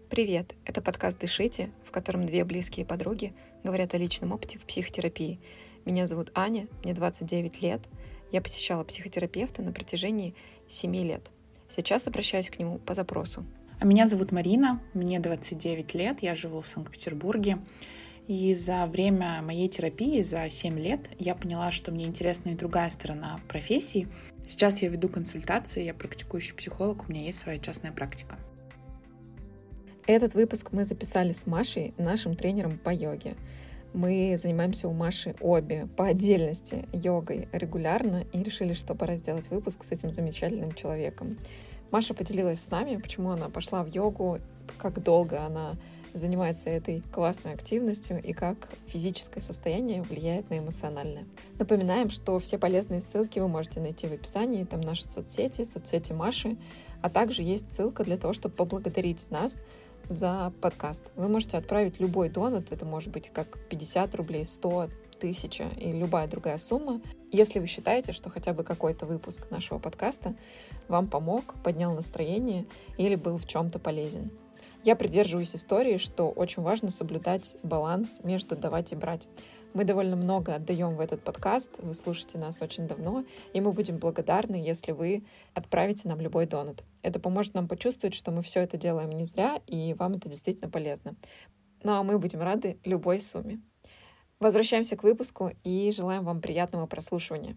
Привет! Это подкаст «Дышите», в котором две близкие подруги говорят о личном опыте в психотерапии. Меня зовут Аня, мне 29 лет. Я посещала психотерапевта на протяжении 7 лет. Сейчас обращаюсь к нему по запросу. А меня зовут Марина, мне 29 лет, я живу в Санкт-Петербурге. И за время моей терапии, за 7 лет, я поняла, что мне интересна и другая сторона профессии. Сейчас я веду консультации, я практикующий психолог, у меня есть своя частная практика. Этот выпуск мы записали с Машей, нашим тренером по йоге. Мы занимаемся у Маши обе по отдельности йогой регулярно и решили, что пора сделать выпуск с этим замечательным человеком. Маша поделилась с нами, почему она пошла в йогу, как долго она занимается этой классной активностью и как физическое состояние влияет на эмоциональное. Напоминаем, что все полезные ссылки вы можете найти в описании, там наши соцсети Маши, а также есть ссылка для того, чтобы поблагодарить нас за подкаст. Вы можете отправить любой донат, это может быть как 50 рублей, 100, 1000 и любая другая сумма, если вы считаете, что хотя бы какой-то выпуск нашего подкаста вам помог, поднял настроение или был в чем-то полезен. Я придерживаюсь истории, что очень важно соблюдать баланс между давать и брать. Мы довольно много отдаем в этот подкаст, вы слушаете нас очень давно, и мы будем благодарны, если вы отправите нам любой донат. Это поможет нам почувствовать, что мы все это делаем не зря, и вам это действительно полезно. Ну а мы будем рады любой сумме. Возвращаемся к выпуску и желаем вам приятного прослушивания.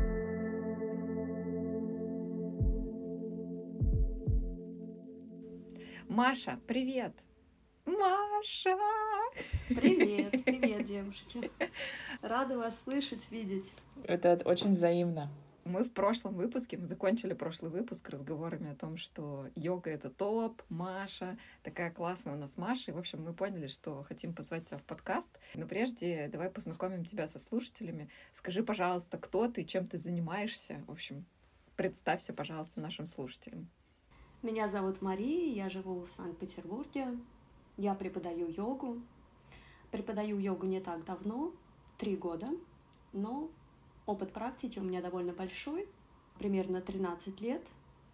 Маша, привет! Маша! Привет, девушки. Рада вас слышать, видеть. Это очень взаимно. Мы закончили прошлый выпуск разговорами о том, что йога — это топ, Маша, такая классная у нас Маша. И, в общем, мы поняли, что хотим позвать тебя в подкаст. Но прежде давай познакомим тебя со слушателями. Скажи, пожалуйста, кто ты, чем ты занимаешься. В общем, представься, пожалуйста, нашим слушателям. Меня зовут Мария, я живу в Санкт-Петербурге. Я преподаю йогу. Преподаю йогу не так давно, 3 года, но опыт практики у меня довольно большой, примерно 13 лет.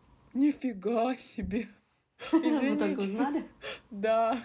Нифига себе! Извините. Вы только узнали? Да,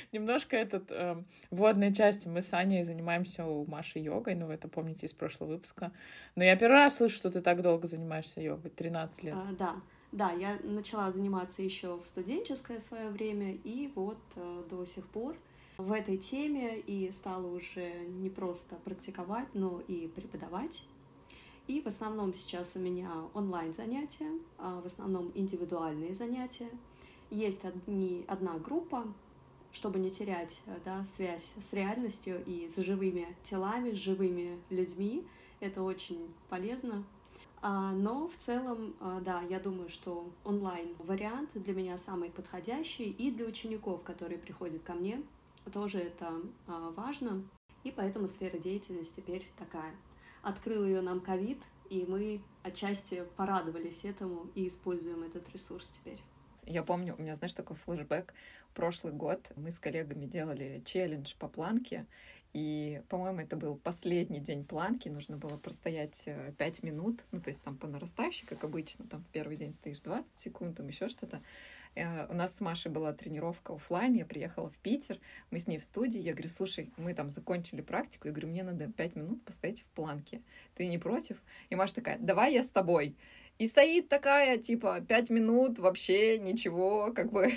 немножко вводной части мы с Аней занимаемся у Маши йогой, вы это помните из прошлого выпуска. Но я первый раз слышу, что ты так долго занимаешься йогой, 13 лет. Да, я начала заниматься еще в студенческое свое время, и вот до сих пор в этой теме и стала уже не просто практиковать, но и преподавать. И в основном сейчас у меня онлайн-занятия, в основном индивидуальные занятия. Есть одна группа, чтобы не терять связь с реальностью и с живыми телами, с живыми людьми. Это очень полезно. Но в целом, да, я думаю, что онлайн-вариант для меня самый подходящий, и для учеников, которые приходят ко мне, тоже это важно. И поэтому сфера деятельности теперь такая. Открыл ее нам ковид, и мы отчасти порадовались этому и используем этот ресурс теперь. Я помню, у меня, знаешь, такой флешбэк. Прошлый год мы с коллегами делали челлендж по планке, и, по-моему, это был последний день планки, нужно было простоять 5 минут, то есть там по нарастающей, как обычно, там в первый день стоишь 20 секунд, там еще что-то. У нас с Машей была тренировка офлайн, я приехала в Питер, мы с ней в студии, я говорю, слушай, мы там закончили практику, я говорю, мне надо 5 минут постоять в планке, ты не против? И Маша такая, давай я с тобой. И стоит такая, 5 минут, вообще ничего,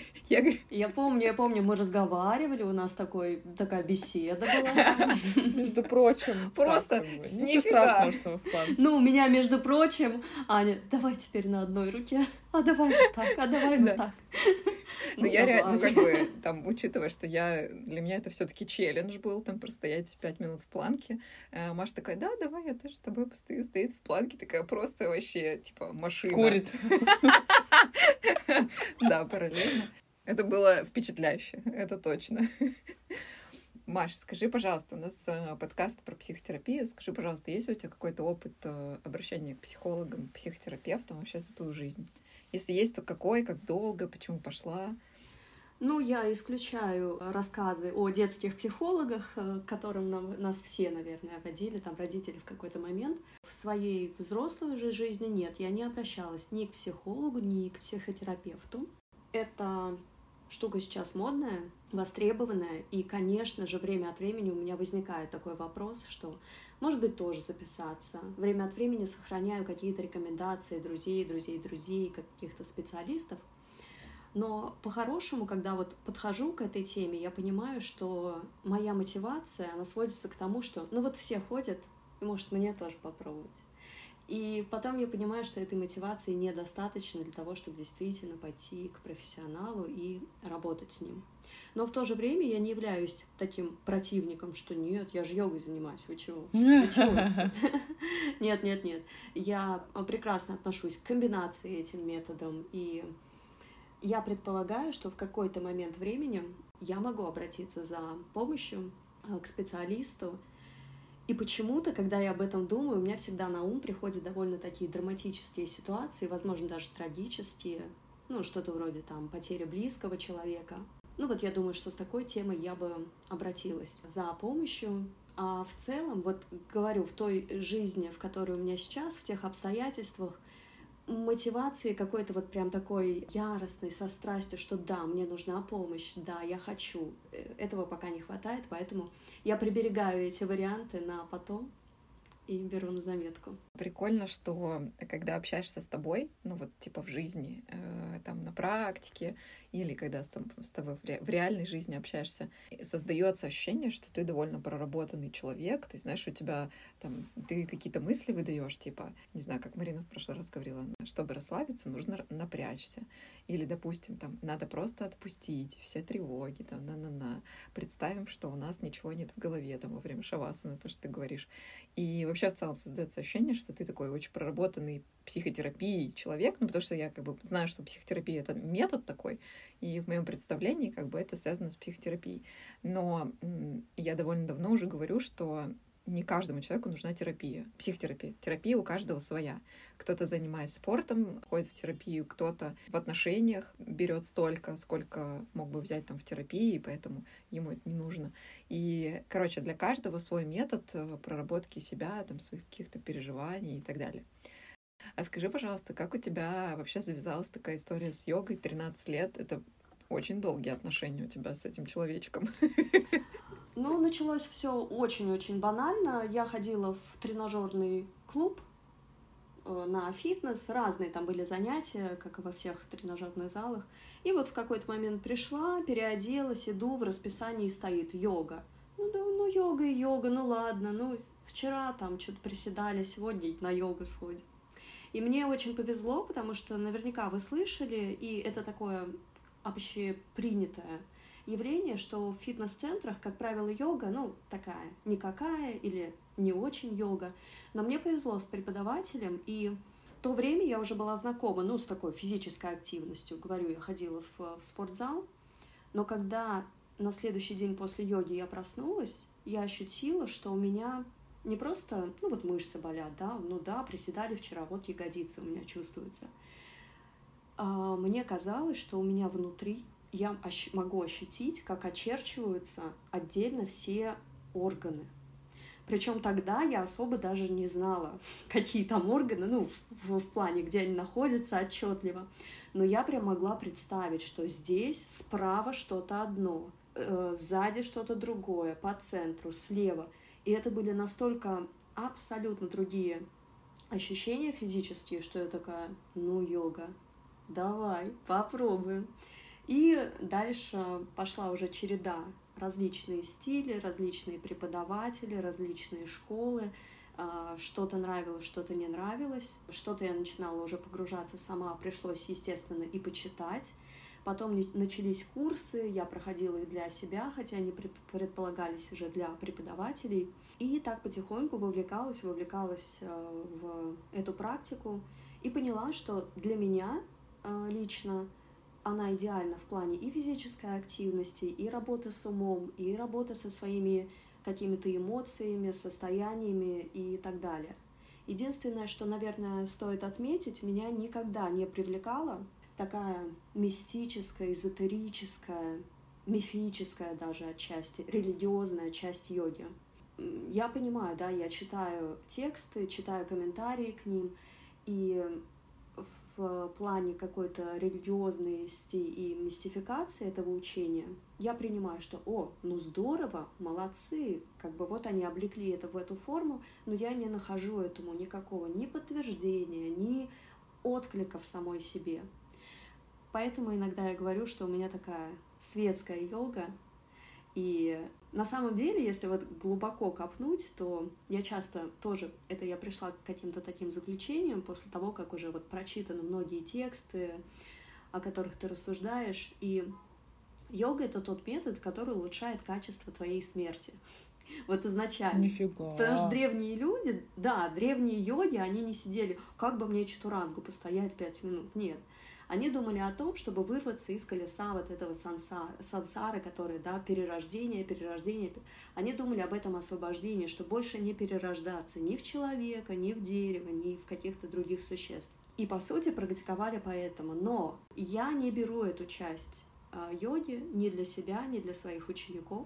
Я помню, мы разговаривали, у нас такая беседа была. Между прочим. Просто ничего страшного, что вы в плане. У меня, между прочим, Аня, давай теперь на одной руке, давай вот так, давай вот так. Я реально, учитывая, что для меня это все-таки челлендж был, там простоять 5 минут в планке. Маша такая, да, давай, я тоже с тобой постою, стоит в планке, такая просто вообще, машина. Курит. Да, параллельно. Это было впечатляюще, это точно. Маш, скажи, пожалуйста, у нас подкаст про психотерапию. Скажи, пожалуйста, есть у тебя какой-то опыт обращения к психологам, психотерапевтам вообще за твою жизнь? Если есть, то какой, как долго, почему пошла? Я исключаю рассказы о детских психологах, к которым нас все, наверное, водили, там, родители в какой-то момент. В своей взрослой же жизни нет, я не обращалась ни к психологу, ни к психотерапевту. Это штука сейчас модная, востребованная, и, конечно же, время от времени у меня возникает такой вопрос, что, может быть, тоже записаться. Время от времени сохраняю какие-то рекомендации друзей, каких-то специалистов. Но по-хорошему, когда вот подхожу к этой теме, я понимаю, что моя мотивация, она сводится к тому, что, ну вот все ходят, и может мне тоже попробовать. И потом я понимаю, что этой мотивации недостаточно для того, чтобы действительно пойти к профессионалу и работать с ним. Но в то же время я не являюсь таким противником, что нет, я же йогой занимаюсь, вы чего? Нет. Я прекрасно отношусь к комбинации этим методом, и я предполагаю, что в какой-то момент времени я могу обратиться за помощью к специалисту. И почему-то, когда я об этом думаю, у меня всегда на ум приходят довольно такие драматические ситуации, возможно, даже трагические, ну, что-то вроде там потери близкого человека. Ну, вот я думаю, что с такой темой я бы обратилась за помощью. А в целом, вот говорю, в той жизни, в которой у меня сейчас, в тех обстоятельствах, мотивации какой-то вот прям такой яростной, со страстью, что да, мне нужна помощь, да, я хочу. Этого пока не хватает, поэтому я приберегаю эти варианты на потом и беру на заметку. Прикольно, что когда общаешься с тобой, ну вот типа в жизни, там на практике, или когда с тобой в реальной жизни общаешься, создается ощущение, что ты довольно проработанный человек. То есть, знаешь, у тебя там, ты какие-то мысли выдаешь, типа, не знаю, как Марина в прошлый раз говорила, чтобы расслабиться, нужно напрячься. Или, допустим, там, надо просто отпустить все тревоги, там, Представим, что у нас ничего нет в голове, там, во время шавасаны, то, что ты говоришь. И вообще в целом создается ощущение, что ты такой очень проработанный психотерапией человек, ну, потому что я как бы знаю, что психотерапия — это метод такой, и в моем представлении как бы это связано с психотерапией. Но я довольно давно уже говорю, что не каждому человеку нужна терапия, психотерапия. Терапия у каждого своя. Кто-то, занимаясь спортом, ходит в терапию, кто-то в отношениях берет столько, сколько мог бы взять там в терапии, и поэтому ему это не нужно. И, короче, для каждого свой метод проработки себя, там, своих каких-то переживаний и так далее. А скажи, пожалуйста, как у тебя вообще завязалась такая история с йогой? 13 лет — это очень долгие отношения у тебя с этим человечком. Ну, началось все очень-очень банально. Я ходила в тренажерный клуб на фитнес, разные там были занятия, как и во всех тренажерных залах. И вот в какой-то момент пришла, переоделась, иду, в расписании стоит йога. Ну, йога и йога, ну ладно, ну, вчера там что-то приседали, сегодня на йогу сходим. И мне очень повезло, потому что наверняка вы слышали, и это такое общепринятое явление, что в фитнес-центрах, как правило, йога, ну, такая никакая или не очень йога. Но мне повезло с преподавателем, и в то время я уже была знакома, ну, с такой физической активностью. Говорю, я ходила в спортзал, но когда на следующий день после йоги я проснулась, я ощутила, что у меня не просто, ну, вот мышцы болят, да, ну да, приседали вчера, вот ягодицы у меня чувствуются. Мне казалось, что у меня внутри я могу ощутить, как очерчиваются отдельно все органы. Причем тогда я особо даже не знала, какие там органы, ну, в плане, где они находятся, отчетливо. Но я прям могла представить, что здесь справа что-то одно, сзади что-то другое, по центру, слева. И это были настолько абсолютно другие ощущения физические, что я такая, ну, йога, давай, попробуем. И дальше пошла уже череда. Различные стили, различные преподаватели, различные школы. Что-то нравилось, что-то не нравилось. Что-то я начинала уже погружаться сама, пришлось, естественно, и почитать. Потом начались курсы, я проходила их для себя, хотя они предполагались уже для преподавателей. И так потихоньку вовлекалась в эту практику и поняла, что для меня лично она идеальна в плане и физической активности, и работы с умом, и работы со своими какими-то эмоциями, состояниями и так далее. Единственное, что, наверное, стоит отметить, меня никогда не привлекала такая мистическая, эзотерическая, мифическая даже отчасти, религиозная часть йоги. Я понимаю, да, я читаю тексты, читаю комментарии к ним, и в плане какой-то религиозности и мистификации этого учения, я принимаю, что, ну здорово, молодцы, как бы вот они облекли это в эту форму, но я не нахожу этому никакого ни подтверждения, ни отклика в самой себе. Поэтому иногда я говорю, что у меня такая светская йога. И на самом деле, если вот глубоко копнуть, то я часто тоже, это я пришла к каким-то таким заключениям после того, как уже вот прочитаны многие тексты, о которых ты рассуждаешь. И йога — это тот метод, который улучшает качество твоей смерти. Вот изначально. Нифига. Потому что древние люди, да, древние йоги, они не сидели, как бы мне чатурангу постоять 5 минут. Нет. Они думали о том, чтобы вырваться из колеса вот этого сансары, которое, да, перерождение. Они думали об этом освобождении, что больше не перерождаться ни в человека, ни в дерево, ни в каких-то других существ. И, по сути, практиковали поэтому. Но я не беру эту часть йоги ни для себя, ни для своих учеников.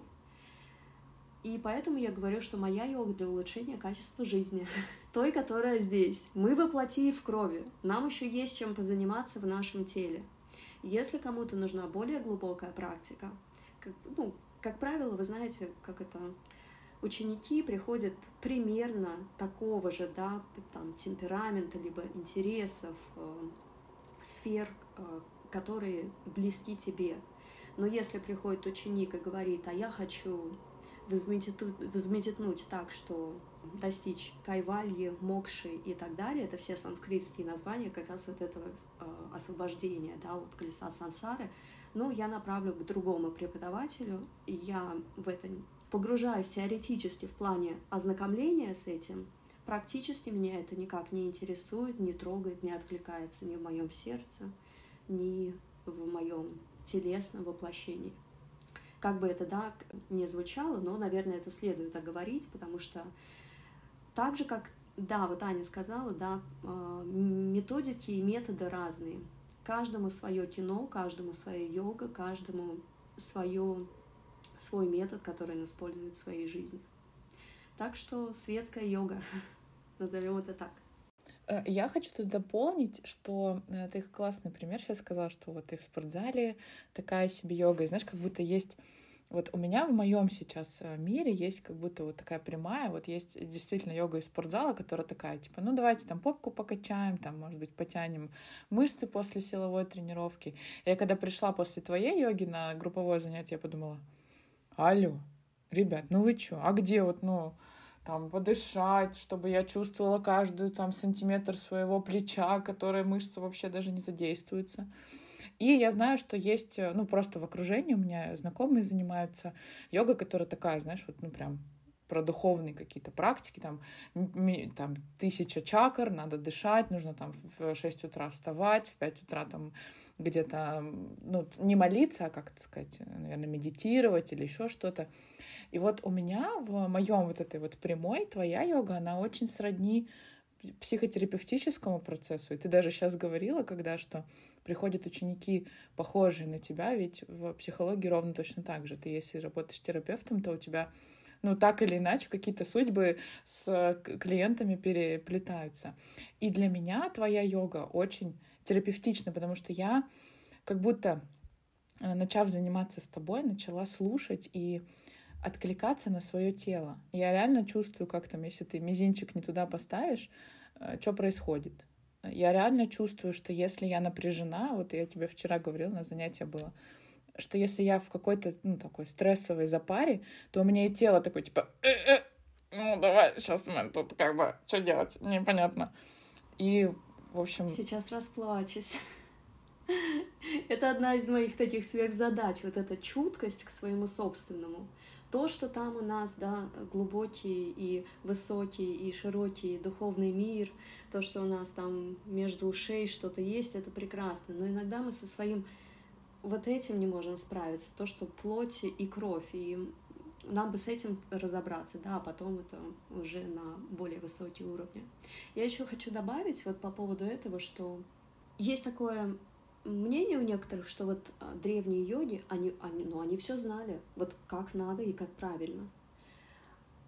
И поэтому я говорю, что моя йога для улучшения качества жизни, той, которая здесь. Мы во плоти и в крови. Нам еще есть чем позаниматься в нашем теле. Если кому-то нужна более глубокая практика, как правило, вы знаете, как это, ученики приходят примерно такого же, да, там, темперамента, либо интересов, сфер, которые близки тебе. Но если приходит ученик и говорит, а я хочу взметнуть так, что достичь кайвальи, мокши и так далее, это все санскритские названия как раз вот этого освобождения, да, от колеса сансары, я направлю к другому преподавателю, и я в это погружаюсь теоретически в плане ознакомления с этим, практически меня это никак не интересует, не трогает, не откликается ни в моем сердце, ни в моем телесном воплощении. Как бы это, да, не звучало, но, наверное, это следует оговорить, потому что так же, как, да, вот Аня сказала, да, методики и методы разные. Каждому свое кино, каждому своя йога, каждому свой метод, который он использует в своей жизни. Так что светская йога, назовем это так. Я хочу тут дополнить, что ты классный пример сейчас сказала, что вот ты в спортзале такая себе йога, и знаешь, как будто есть... Вот у меня в моем сейчас мире есть как будто вот такая прямая, вот есть действительно йога из спортзала, которая такая, типа, давайте там попку покачаем, там, может быть, потянем мышцы после силовой тренировки. Я когда пришла после твоей йоги на групповое занятие, я подумала, алло, ребят, вы чё, а где вот, там, подышать, чтобы я чувствовала каждую там сантиметр своего плеча, которая мышца вообще даже не задействуется. И я знаю, что есть, просто в окружении у меня знакомые занимаются йогой, которая такая, знаешь, вот, прям про духовные какие-то практики, там 1000 чакр, надо дышать, нужно там в 6 утра вставать, в 5 утра там где-то, не молиться, а, как это сказать, наверное, медитировать или еще что-то. И вот у меня в моем вот этой вот прямой твоя йога, она очень сродни психотерапевтическому процессу. И ты даже сейчас говорила, что приходят ученики, похожие на тебя, ведь в психологии ровно точно так же. Ты, если работаешь терапевтом, то у тебя, так или иначе, какие-то судьбы с клиентами переплетаются. И для меня твоя йога очень терапевтична, потому что я как будто, начав заниматься с тобой, начала слушать и откликаться на свое тело. Я реально чувствую, как там, если ты мизинчик не туда поставишь, что происходит. Я реально чувствую, что если я напряжена, вот я тебе вчера говорила, на занятии было, что если я в какой-то, такой стрессовой запаре, то у меня и тело такое, типа, давай, сейчас мы тут что делать, непонятно. И, в общем... Сейчас расплачусь. Это одна из моих таких сверхзадач, вот эта чуткость к своему собственному. То, что там у нас, да, глубокий и высокий и широкий духовный мир, то, что у нас там между ушей что-то есть, это прекрасно. Но иногда мы со своим вот этим не можем справиться, то, что плоть и кровь, и нам бы с этим разобраться, да, а потом это уже на более высокие уровни. Я еще хочу добавить вот по поводу этого, что есть такое мнение у некоторых, что вот древние йоги, они все знали, вот как надо и как правильно.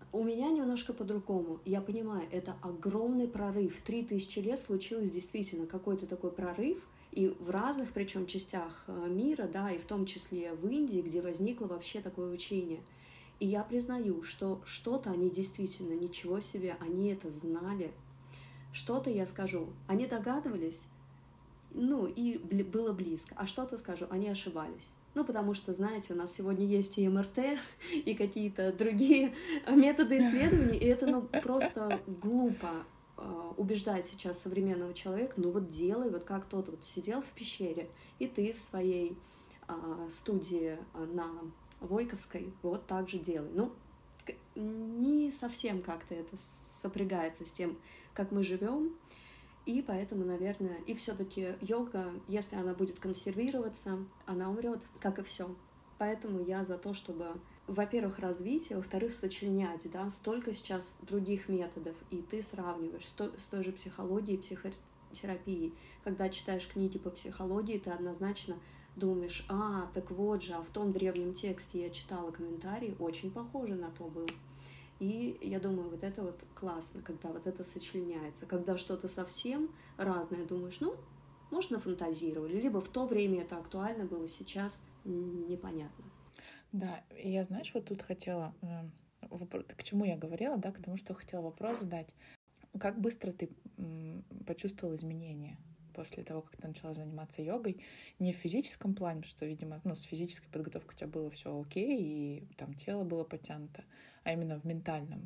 У меня немножко по-другому. Я понимаю, это огромный прорыв. 3000 лет случилось действительно какой-то такой прорыв, и в разных, причем, частях мира, да, и в том числе в Индии, где возникло вообще такое учение. И я признаю, что что-то они действительно, ничего себе, они это знали. Что-то я скажу, они догадывались, ну, и было близко. А что-то скажу, они ошибались. Ну, потому что, знаете, у нас сегодня есть и МРТ, и какие-то другие методы исследований, и это, ну, просто глупо убеждать сейчас современного человека, ну вот делай, вот как тот вот сидел в пещере, и ты в своей студии на Войковской вот так же делай. Ну, не совсем как-то это сопрягается с тем, как мы живем, и поэтому, наверное, и все-таки йога, если она будет консервироваться, она умрет, как и все. Поэтому я за то, чтобы, во-первых, развить, а во-вторых, сочленять, да, столько сейчас других методов, и ты сравниваешь с той же психологией, психотерапией. Когда читаешь книги по психологии, ты однозначно думаешь, так вот же, а в том древнем тексте я читала комментарии, очень похоже на то было. И я думаю, вот это вот классно, когда вот это сочленяется. Когда что-то совсем разное, думаешь, ну, может, нафантазировали, либо в то время это актуально было, сейчас непонятно. Да, и я, знаешь, вот тут хотела, к чему я говорила, да, к тому, что хотела вопрос задать. Как быстро ты почувствовал изменения после того, как ты начала заниматься йогой? Не в физическом плане, потому что, видимо, с физической подготовкой у тебя было все окей, и там тело было подтянуто, а именно в ментальном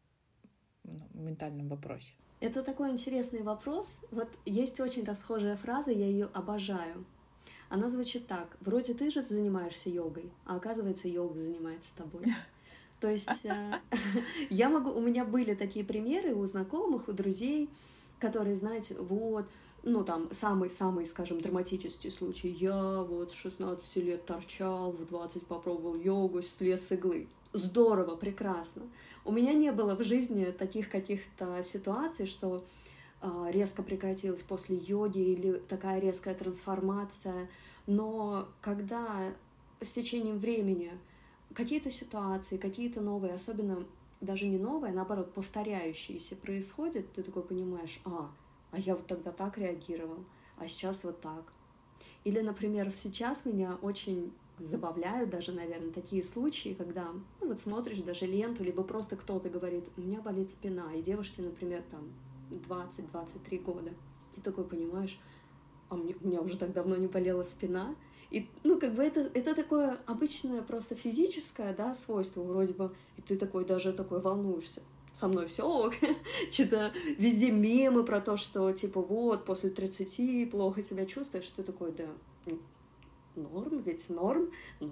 вопросе. Это такой интересный вопрос. Вот есть очень расхожая фраза, я ее обожаю. Она звучит так: вроде ты же занимаешься йогой, а оказывается, йога занимается тобой. То есть у меня были такие примеры у знакомых, у друзей, которые, знаете, вот, ну там самый, скажем, драматический случай. Я вот с 16 лет торчал, в 20 попробовал йогу, слез с иглы. Здорово, прекрасно. У меня не было в жизни таких каких-то ситуаций, что резко прекратилась после йоги или такая резкая трансформация. Но когда с течением времени какие-то ситуации, какие-то новые, особенно даже не новые, а наоборот, повторяющиеся происходят, ты такой понимаешь, а я вот тогда так реагировал, а сейчас вот так. Или, например, сейчас меня очень забавляют даже, наверное, такие случаи, когда, ну вот смотришь даже ленту, либо просто кто-то говорит, у меня болит спина, и девушке, например, там 20-23 года, и такой понимаешь, у меня уже так давно не болела спина. И, ну, как бы это такое обычное просто физическое, да, свойство вроде бы, и ты такой даже такой волнуешься. Со мной все ок. Что-то везде мемы про то, что, типа, вот, после 30 плохо себя чувствуешь. Ты такой, да, норм, ведь норм.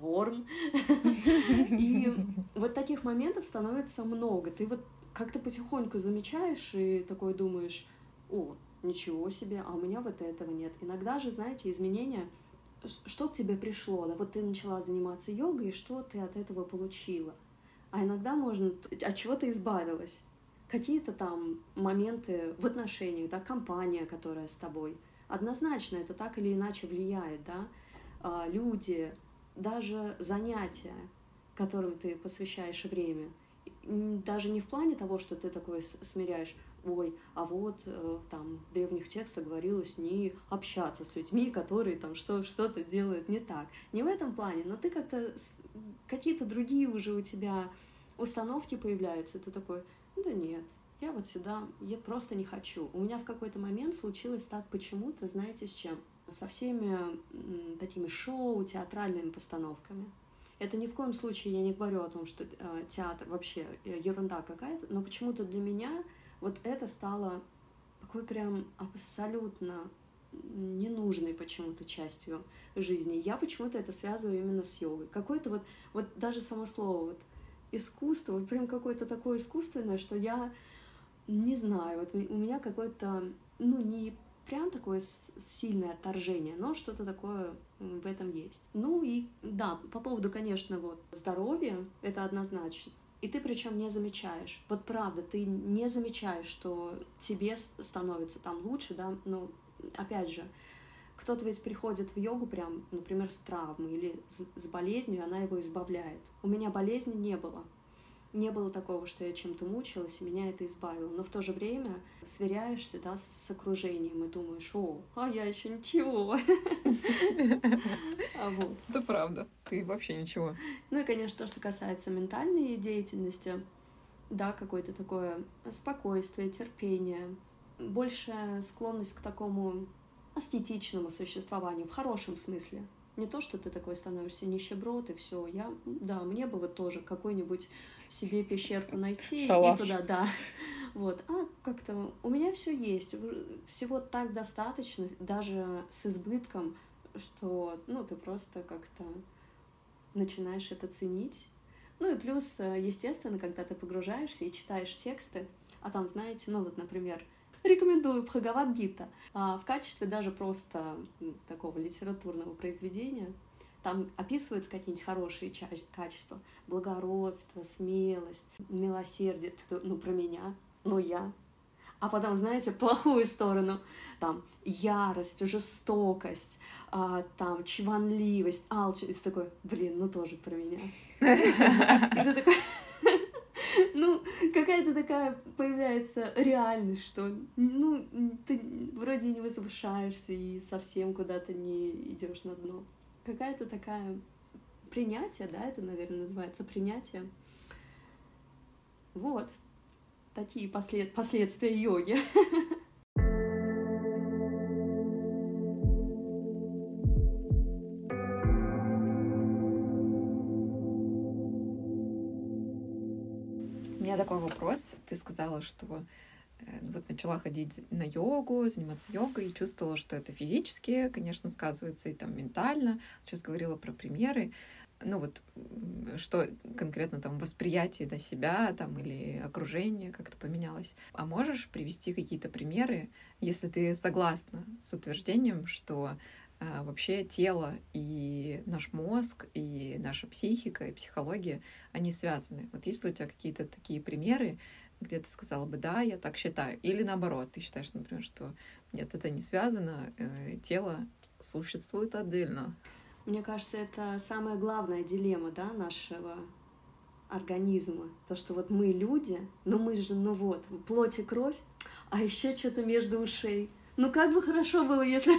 И вот таких моментов становится много. Ты вот как-то потихоньку замечаешь и такой думаешь, о, ничего себе, а у меня вот этого нет. Иногда же, знаете, изменения, что к тебе пришло, да, вот ты начала заниматься йогой, и что ты от этого получила. А иногда можно, от чего ты избавилась. Какие-то там моменты в отношениях, да, компания, которая с тобой. Однозначно это так или иначе влияет, да. Люди, даже занятия, которым ты посвящаешь время. Даже не в плане того, что ты такой смиряешь, ой, а вот там в древних текстах говорилось не общаться с людьми, которые там что-то делают не так. Не в этом плане, но ты как-то, какие-то другие уже у тебя установки появляются, ты такой, да нет, я вот сюда, я просто не хочу. У меня в какой-то момент случилось так почему-то, знаете, с чем? Со всеми такими шоу, театральными постановками. Это ни в коем случае я не говорю о том, что театр вообще ерунда какая-то, но почему-то для меня вот это стало такой прям абсолютно ненужной почему-то частью жизни. Я почему-то это связываю именно с йогой. Какое-то вот даже само слово вот искусство, вот прям какое-то такое искусственное, что я не знаю, вот у меня какое-то, ну, не прям такое сильное отторжение, но что-то такое в этом есть. Ну и да, по поводу, конечно, вот здоровья, это однозначно. И ты причем не замечаешь. Вот правда, ты не замечаешь, что тебе становится там лучше, да, но опять же, кто-то ведь приходит в йогу прям, например, с травмой или с болезнью, и она его избавляет. У меня болезни не было. Не было такого, что я чем-то мучилась, и меня это избавило. Но в то же время сверяешься, да, с окружением и думаешь: о, а я еще ничего. Это правда. Ты вообще ничего. Ну и, конечно, то, что касается ментальной деятельности, да, какое-то такое спокойствие, терпение, большая склонность к такому аскетичному существованию в хорошем смысле. Не то, что ты такой становишься нищеброд, и все. Да, мне бы вот тоже какую-нибудь себе пещерку найти Шалаш. И туда, да. Вот. А как-то у меня все есть. Всего так достаточно, даже с избытком, что, ты просто как-то начинаешь это ценить. Ну и плюс, естественно, когда ты погружаешься и читаешь тексты, а там, знаете, например, рекомендую Бхагавад-гита в качестве даже просто такого литературного произведения. Там описываются какие-нибудь хорошие качества: благородство, смелость, милосердие, про меня, я. А потом, знаете, плохую сторону, там, ярость, жестокость, там, чванливость, алчность, такой, тоже про меня. И ты такой... какая-то такая появляется реальность, что, ты вроде не возвышаешься и совсем куда-то не идешь на дно. Какая-то такая принятие, да, это, наверное, называется принятие. Вот. Такие последствия йоги. У меня такой вопрос. Ты сказала, что начала ходить на йогу, заниматься йогой, и чувствовала, что это физически, конечно, сказывается, и там ментально. Сейчас говорила про примеры. Что конкретно там восприятие до себя там, или окружение как-то поменялось. А можешь привести какие-то примеры, если ты согласна с утверждением, что вообще тело и наш мозг, и наша психика, и психология, они связаны? Вот есть ли у тебя какие-то такие примеры, где ты сказала бы: да, я так считаю? Или наоборот, ты считаешь, например, что нет, это не связано, тело существует отдельно? Мне кажется, это самая главная дилемма, да, нашего организма. То, что вот мы люди, но мы же, плоть и кровь, а еще что-то между ушей. Как бы хорошо было, если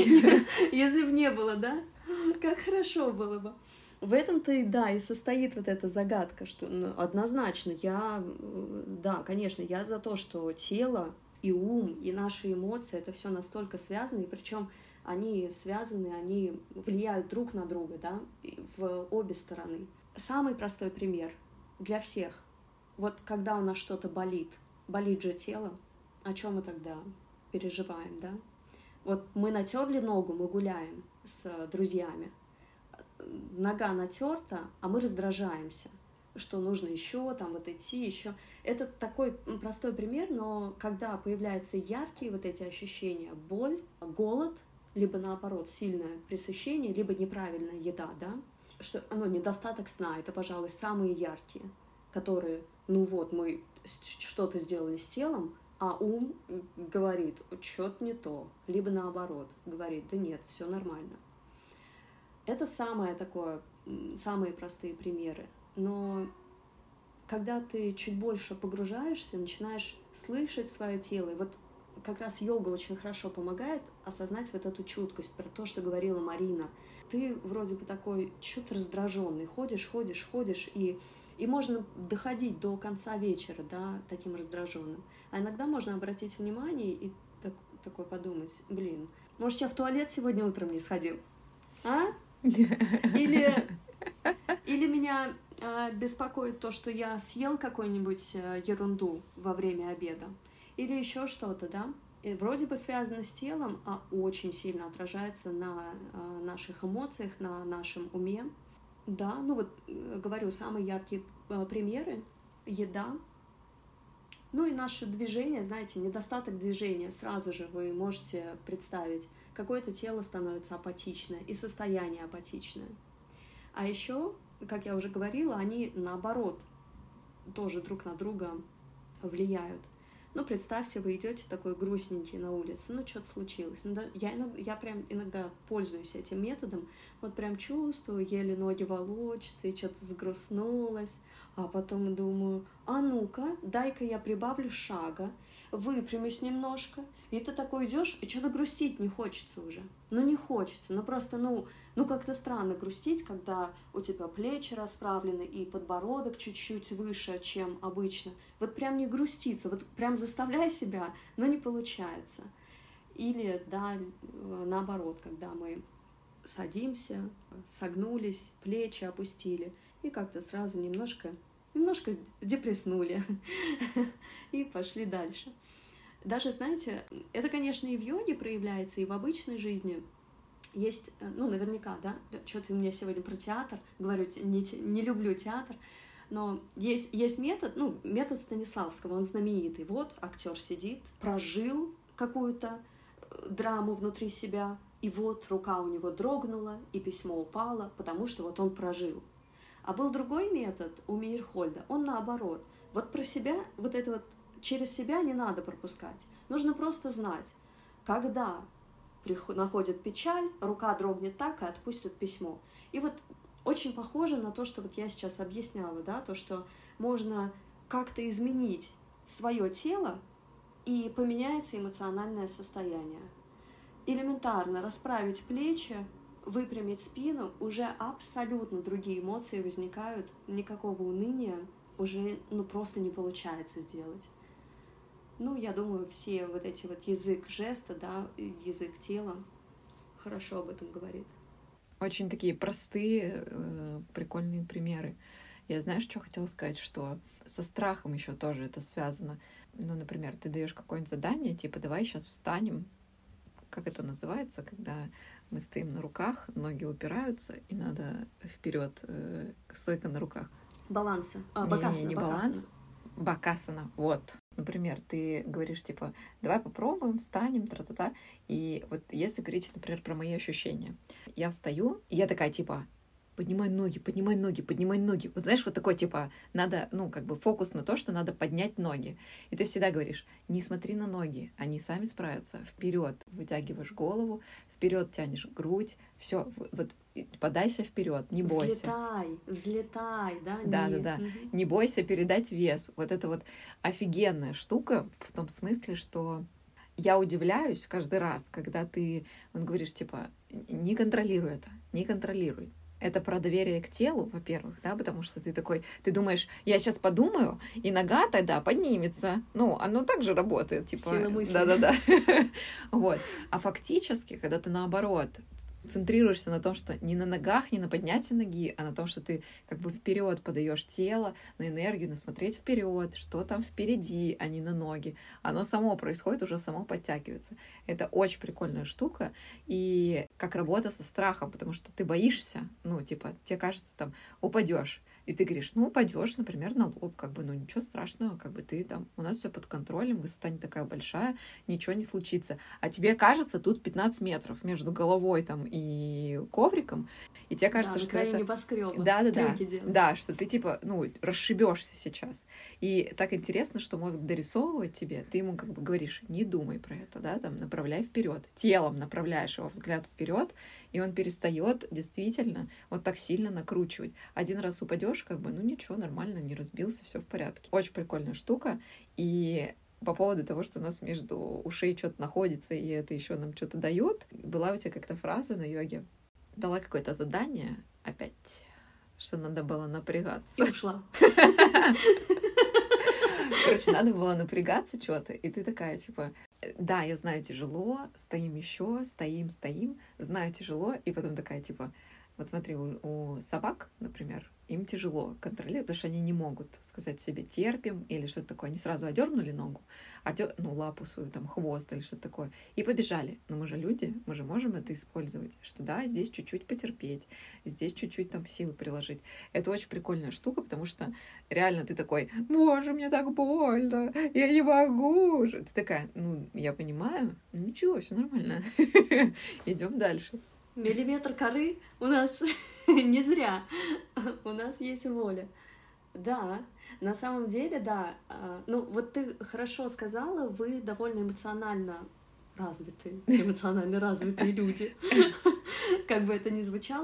бы не было, да? Как хорошо было бы. В этом-то и состоит вот эта загадка, что однозначно конечно, я за то, что тело и ум, и наши эмоции, это все настолько связано, и причем они связаны, они влияют друг на друга, да, в обе стороны. Самый простой пример для всех. Вот когда у нас что-то болит же тело, о чем мы тогда переживаем, да? Вот мы натерли ногу, мы гуляем с друзьями, нога натерта, а мы раздражаемся, что нужно еще там идти, еще. Это такой простой пример, но когда появляются яркие вот эти ощущения: боль, голод, либо наоборот сильное пресыщение, либо неправильная еда, да, что недостаток сна, это, пожалуй, самые яркие, которые, мы что-то сделали с телом, а ум говорит: что-то не то, либо наоборот говорит: да нет, все нормально. Это самые простые примеры. Но когда ты чуть больше погружаешься, начинаешь слышать свое тело, и вот как раз йога очень хорошо помогает осознать вот эту чуткость, про то, что говорила Марина. Ты вроде бы такой что-то раздраженный, ходишь, и можно доходить до конца вечера, да, таким раздраженным. А иногда можно обратить внимание и такой подумать: может, я в туалет сегодня утром не сходил? А? Или меня беспокоит то, что я съел какую-нибудь ерунду во время обеда? Или еще что-то, да? И вроде бы связано с телом, а очень сильно отражается на наших эмоциях, на нашем уме. Да, говорю, самые яркие примеры — еда. И наше движение, знаете, недостаток движения. Сразу же вы можете представить, какое-то тело становится апатичное и состояние апатичное. А еще, как я уже говорила, они наоборот тоже друг на друга влияют. Представьте, вы идете такой грустненький на улице, что-то случилось. Я прям иногда пользуюсь этим методом, прям чувствую, еле ноги волочатся, и что-то сгрустнулось, А потом думаю, а ну-ка, дай-ка я прибавлю шага, выпрямюсь немножко. И ты такой идешь, и что-то грустить не хочется уже. Ну, не хочется, ну просто, как-то странно грустить, когда у тебя плечи расправлены и подбородок чуть-чуть выше, чем обычно. Вот прям не груститься, вот прям заставляй себя, но не получается. Или, да, наоборот, когда мы садимся, согнулись, плечи опустили, и как-то сразу немножко депресснули и пошли дальше. Даже, знаете, это, конечно, и в йоге проявляется, и в обычной жизни. Есть, наверняка, да, что-то у меня сегодня про театр, говорю, не люблю театр, но есть метод, метод Станиславского, он знаменитый. Вот актер сидит, прожил какую-то драму внутри себя, и вот рука у него дрогнула, и письмо упало, потому что вот он прожил. А был другой метод у Мейерхольда, он наоборот. Вот про себя, вот это вот через себя не надо пропускать. Нужно просто знать, когда находит печаль, рука дрогнет так и отпустит письмо. И вот очень похоже на то, что вот я сейчас объясняла, да, то, что можно как-то изменить свое тело, и поменяется эмоциональное состояние. Элементарно расправить плечи, выпрямить спину, уже абсолютно другие эмоции возникают, никакого уныния уже просто не получается сделать. Я думаю, все вот эти вот язык жеста, да, язык тела хорошо об этом говорит. Очень такие простые, прикольные примеры. Я, знаешь, что хотела сказать, что со страхом еще тоже это связано. Например, ты даешь какое-нибудь задание, типа, давай сейчас встанем. Как это называется, когда мы стоим на руках, ноги упираются, и надо вперед, стойка на руках. Баланса. Не баланс. Бакасана. Вот. Например, ты говоришь, типа, давай попробуем, встанем, тра-та-та. И вот если говорить, например, про мои ощущения. Я встаю, и я такая, типа, поднимай ноги, поднимай ноги, поднимай ноги. Вот знаешь, вот такой, типа, надо, фокус на то, что надо поднять ноги. И ты всегда говоришь, не смотри на ноги, они сами справятся. Вперед вытягиваешь голову, вперед тянешь грудь, все, вот подайся вперед, не бойся. Взлетай, да? Да. Не бойся передать вес. Вот это вот офигенная штука в том смысле, что я удивляюсь каждый раз, когда ты говоришь, типа, не контролируй это, не контролируй. Это про доверие к телу, во-первых, да, потому что ты такой, ты думаешь, я сейчас подумаю, и нога тогда поднимется. Оно так же работает, типа. Сила мысли. Да. Вот. А фактически, когда ты наоборот центрируешься на том, что не на ногах, не на поднятии ноги, а на том, что ты как бы вперед подаешь тело, на энергию, на смотреть вперед, что там впереди, а не на ноги. Оно само происходит, уже само подтягивается. Это очень прикольная штука. И как работа со страхом, потому что ты боишься, тебе кажется, там, упадешь. И ты говоришь, упадешь, например, на лоб, ничего страшного, ты там, у нас все под контролем, высота не такая большая, ничего не случится. А тебе кажется, тут 15 метров между головой там и ковриком, и тебе кажется, что это... небоскрёба. Да, что ты типа, расшибешься сейчас. И так интересно, что мозг дорисовывает тебе, ты ему говоришь, не думай про это, да, там, направляй вперед, телом направляешь его взгляд вперед, и он перестает действительно вот так сильно накручивать. Один раз упадешь, ничего, нормально, не разбился, все в порядке. Очень прикольная штука. И по поводу того, что у нас между ушей что-то находится, и это еще нам что-то дает, была у тебя как-то фраза на йоге, дала какое-то задание опять, что надо было напрягаться. И ушла. Короче, надо было напрягаться что-то, и ты такая, типа, да, я знаю, тяжело, стоим еще, стоим, знаю, тяжело, и потом такая, типа, вот смотри, у собак, например, им тяжело контролировать, потому что они не могут сказать себе терпим или что-то такое. Они сразу одернули ногу, лапу свою, там, хвост или что-то такое, и побежали. Но мы же люди, мы же можем это использовать, что да, здесь чуть-чуть потерпеть, здесь чуть-чуть там силы приложить. Это очень прикольная штука, потому что реально ты такой, боже, мне так больно, я не могу. Ты такая, я понимаю, ничего, все нормально, идем дальше. Миллиметр коры у нас не зря, у нас есть воля. Да, на самом деле, да. Вот ты хорошо сказала, вы довольно эмоционально развитые люди, как бы это ни звучало.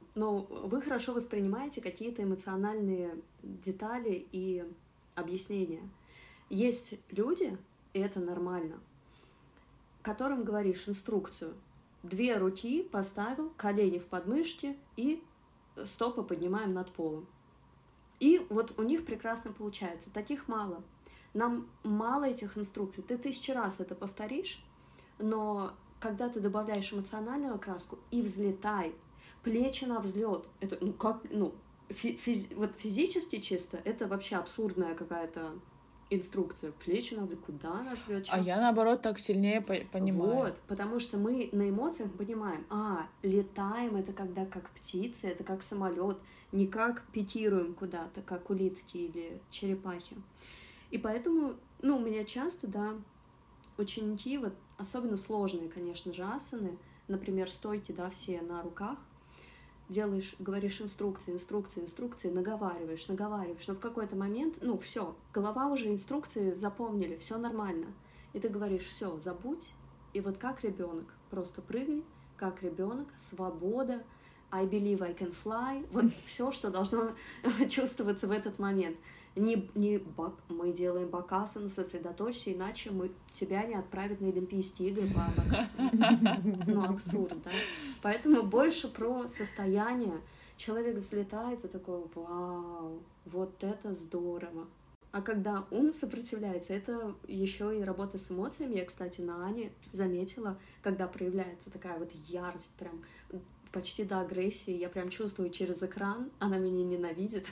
но вы хорошо воспринимаете какие-то эмоциональные детали и объяснения. Есть люди, и это нормально, которым говоришь инструкцию. 2 руки поставил, колени в подмышке и стопы поднимаем над полом. И вот у них прекрасно получается. Таких мало. Нам мало этих инструкций. Ты 1000 раз это повторишь, но когда ты добавляешь эмоциональную окраску и взлетай, плечи на взлет, это вот физически чисто, это вообще абсурдная какая-то инструкция. Плечи на взлет, куда на взлет? А я, наоборот, так сильнее понимаю. Вот, потому что мы на эмоциях понимаем, летаем, это когда как птицы, это как самолет, не как пикируем куда-то, как улитки или черепахи. И поэтому, у меня часто, ученики, вот, особенно сложные, конечно же, асаны, например, стойки, все на руках, говоришь инструкции, наговариваешь, но в какой-то момент, все, голова уже инструкции запомнили, все нормально. И ты говоришь, все, забудь, и вот как ребенок, просто прыгни, как ребенок, свобода, I believe I can fly, вот все, что должно чувствоваться в этот момент. Мы делаем бакасану, сосредоточься, иначе тебя не отправят на Олимпийские игры по бакасану. Абсурд, да? Поэтому больше про состояние. Человек взлетает и такой, вау, вот это здорово. А когда ум сопротивляется, это еще и работа с эмоциями. Я, кстати, на Ане заметила, когда проявляется такая вот ярость, прям почти до агрессии, я прям чувствую через экран, она меня ненавидит.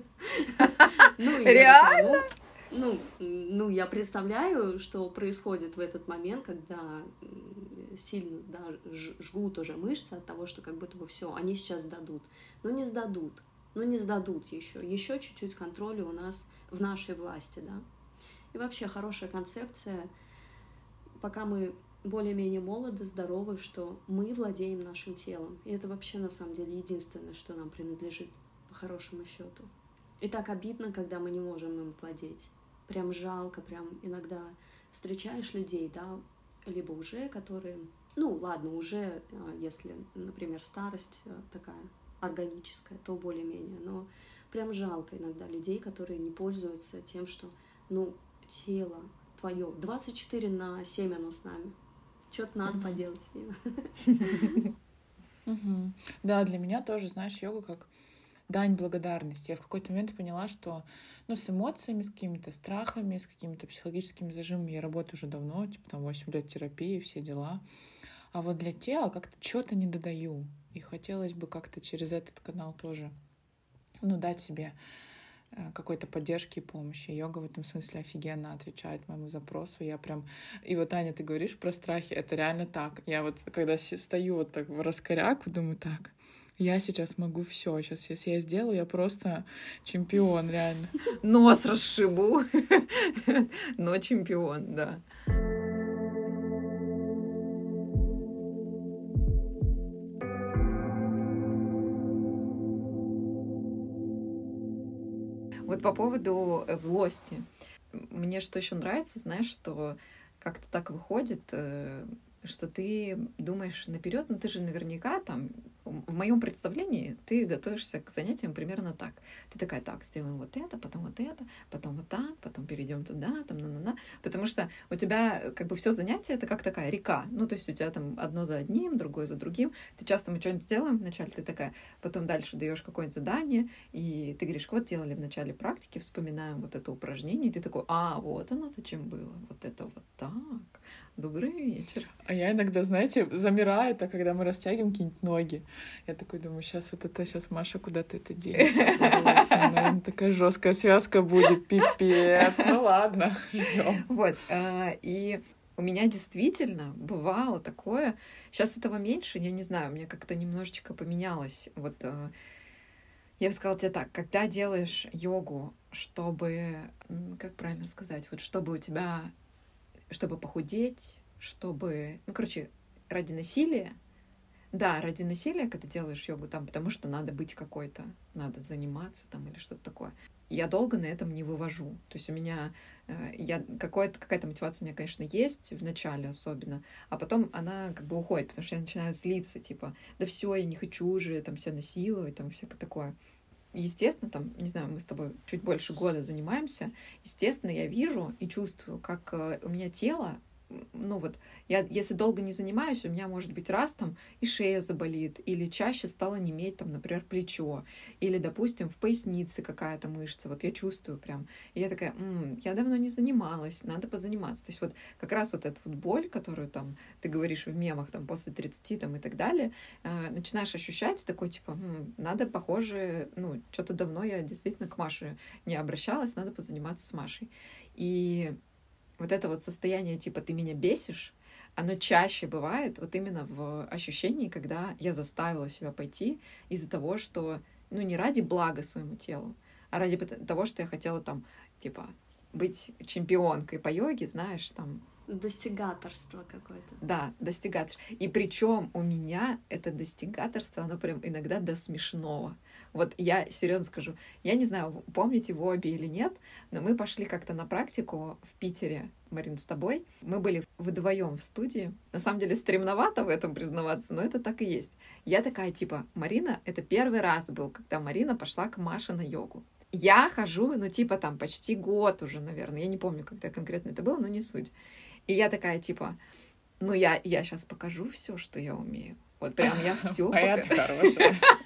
Реально? Я представляю, что происходит в этот момент, когда сильно жгут уже мышцы от того, что как будто бы все, они сейчас сдадут. Но не сдадут еще. Еще чуть-чуть контроля у нас в нашей власти, да. И вообще хорошая концепция, пока мы более-менее молоды, здоровы, что мы владеем нашим телом. И это вообще, на самом деле, единственное, что нам принадлежит, по хорошему счету. И так обидно, когда мы не можем им владеть. Прям жалко, прям иногда встречаешь людей, либо уже, которые... уже, если, например, старость такая органическая, то более-менее. Но прям жалко иногда людей, которые не пользуются тем, что, тело твое 24/7 оно с нами. Что-то надо поделать с ним. Да, для меня тоже, знаешь, йога как дань благодарности. Я в какой-то момент поняла, что с эмоциями, с какими-то страхами, с какими-то психологическими зажимами я работаю уже давно, 8 лет терапии, все дела. А вот для тела как-то что-то не додаю. И хотелось бы как-то через этот канал тоже, дать себе какой-то поддержки и помощи. Йога в этом смысле офигенно отвечает моему запросу. Я прям... И вот, Аня, ты говоришь про страхи, это реально так. Я вот, когда стою вот так в раскоряку, думаю, так, я сейчас могу все. Сейчас, если я сделаю, я просто чемпион, реально. Нос расшибу, но чемпион, да. Вот по поводу злости. Мне что еще нравится, знаешь, что как-то так выходит, что ты думаешь наперед, ты же наверняка в моем представлении ты готовишься к занятиям примерно так. Ты такая, так, сделаем вот это, потом вот так, потом перейдем туда, потому что у тебя как бы все занятие это как такая река, то есть у тебя там одно за одним, другое за другим. Ты часто мы что-нибудь сделаем вначале, ты такая, потом дальше даешь какое-нибудь задание, и ты говоришь, вот делали в начале практики, вспоминаем вот это упражнение, и ты такой, вот оно зачем было, вот это вот так. Добрый вечер. А я иногда, знаете, замираю, когда мы растягиваем какие-нибудь ноги. Я такой думаю, сейчас Маша куда-то это денет. Наверное, такая жесткая связка будет, пипец. Ладно, ждем. Вот. И у меня действительно бывало такое. Сейчас этого меньше, я не знаю, у меня как-то немножечко поменялось. Вот я бы сказала тебе так, когда делаешь йогу, чтобы, как правильно сказать, вот чтобы у тебя... чтобы похудеть, чтобы... ради насилия. Да, ради насилия, когда делаешь йогу, потому что надо быть какой-то, надо заниматься или что-то такое. я долго на этом не вывожу. То есть у меня какая-то мотивация у меня, конечно, есть в начале особенно, а потом она как бы уходит, потому что я начинаю злиться, типа, да все, я не хочу уже там себя насиловать, там всякое такое. Естественно, там, не знаю, мы с тобой чуть больше года занимаемся, естественно, я вижу и чувствую, как у меня тело, ну вот, я, если долго не занимаюсь, у меня, может быть, раз там и шея заболит, или чаще стало неметь, там, например, плечо, или, допустим, в пояснице какая-то мышца, вот я чувствую прям, и я такая, я давно не занималась, надо позаниматься. То есть вот как раз вот эта вот боль, которую там ты говоришь в мемах, там, после 30 там, и так далее, начинаешь ощущать такой, типа, надо, похоже, ну, что-то давно я действительно к Маше не обращалась, надо позаниматься с Машей. И вот это вот состояние, типа, ты меня бесишь, оно чаще бывает вот именно в ощущении, когда я заставила себя пойти из-за того, что, ну, не ради блага своему телу, а ради того, что я хотела там, типа, быть чемпионкой по йоге, знаешь, там... Достигаторство какое-то. Да, достигаторство. И причем у меня это достигаторство, оно прям иногда до смешного. Вот я серьезно скажу, я не знаю, помните вы обе или нет, но мы пошли как-то на практику в Питере, Марин, с тобой. Мы были вдвоем в студии. На самом деле стремновато в этом признаваться, но это так и есть. Я такая, типа, Марина, это первый раз был, когда Марина пошла к Маше на йогу. Я хожу, ну, типа, там, почти год уже, наверное. Я не помню, когда конкретно это было, но не суть. И я такая, типа, ну, я сейчас покажу все, что я умею. Вот прям я все покажу.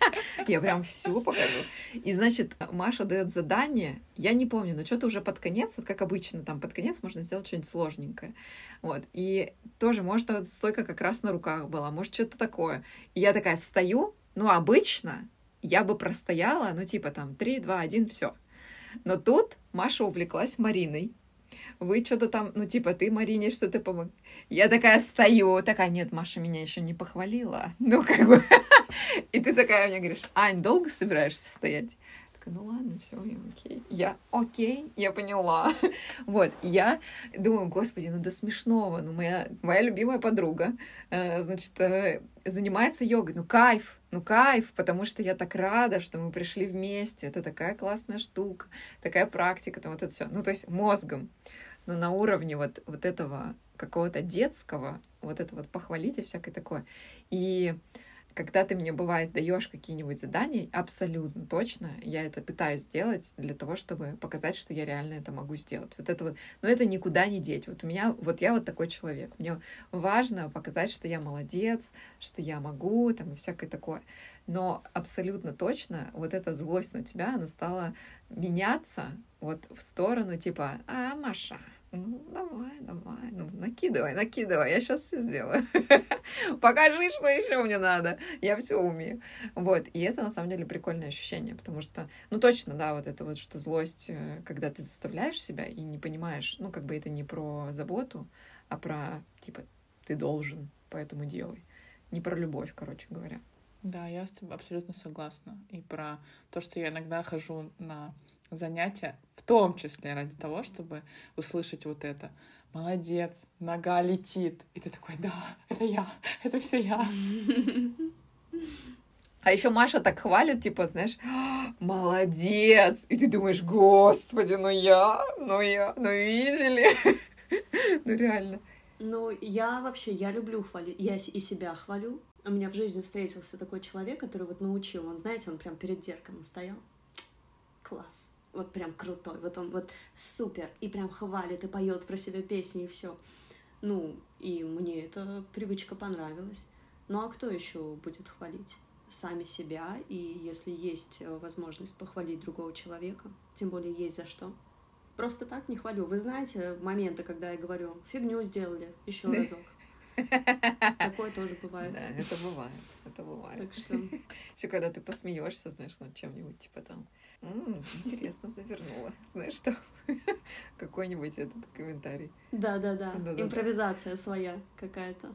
Я прям все покажу. И, значит, Маша дает задание, я не помню, но что-то уже под конец, вот как обычно, там под конец можно сделать что-нибудь сложненькое. Вот. И тоже, может, стойка как раз на руках была, может, что-то такое. И я такая стою, ну, обычно я бы простояла, ну, типа там 3, 2, 1, все. Но тут Маша увлеклась Мариной. Вы что-то там, ну, типа, ты Марине что-то помог. Я такая стою, такая, нет, Маша меня еще не похвалила. Ну, как бы. И ты такая мне говоришь, Ань, долго собираешься стоять? Такая, ну ладно, все, я окей. Я поняла. Вот, и я думаю, господи, ну до смешного. Ну, моя любимая подруга, значит, занимается йогой. Ну, кайф, потому что я так рада, что мы пришли вместе. Это такая классная штука, такая практика, там вот это все. Ну, то есть мозгом. Но на уровне вот этого какого-то детского, вот это вот похвалить и всякое такое. И когда ты мне, бывает, даешь какие-нибудь задания, абсолютно точно я это пытаюсь сделать для того, чтобы показать, что я реально это могу сделать. Вот это вот, но это никуда не деть. Вот у меня, вот я вот такой человек. Мне важно показать, что я молодец, что я могу, там, и всякое такое. Но абсолютно точно вот эта злость на тебя, она стала меняться вот в сторону типа, Маша, ну, давай, ну, накидывай, я сейчас все сделаю. Покажи, что еще мне надо, я все умею. Вот, и это на самом деле прикольное ощущение, потому что, ну, точно, да, вот это вот, что злость, когда ты заставляешь себя и не понимаешь, ну, как бы это не про заботу, а про, типа, ты должен, поэтому делай. Не про любовь, короче говоря. Да, я с тобой абсолютно согласна. И про то, что я иногда хожу на занятия, в том числе ради того, чтобы услышать вот это. Молодец, нога летит. И ты такой, да, это я, это все я. А еще Маша так хвалит, типа, знаешь, молодец. И ты думаешь, господи, ну видели? Ну реально. Ну, я люблю хвалить, я и себя хвалю. У меня в жизни встретился такой человек, который вот научил, он, знаете, он прям перед зеркалом стоял. Класс. Вот прям крутой, вот он вот супер, и прям хвалит, и поет про себя песни, и все. Ну, и мне эта привычка понравилась. Ну, а кто еще будет хвалить? Сами себя, и если есть возможность похвалить другого человека, тем более есть за что. Просто так не хвалю. Вы знаете моменты, когда я говорю, фигню сделали, еще разок. Такое тоже бывает. Да, это бывает. Так что... Еще когда ты посмеешься, знаешь, над чем-нибудь, типа там, интересно завернула. Знаешь, там какой-нибудь этот комментарий. Да. Импровизация своя какая-то.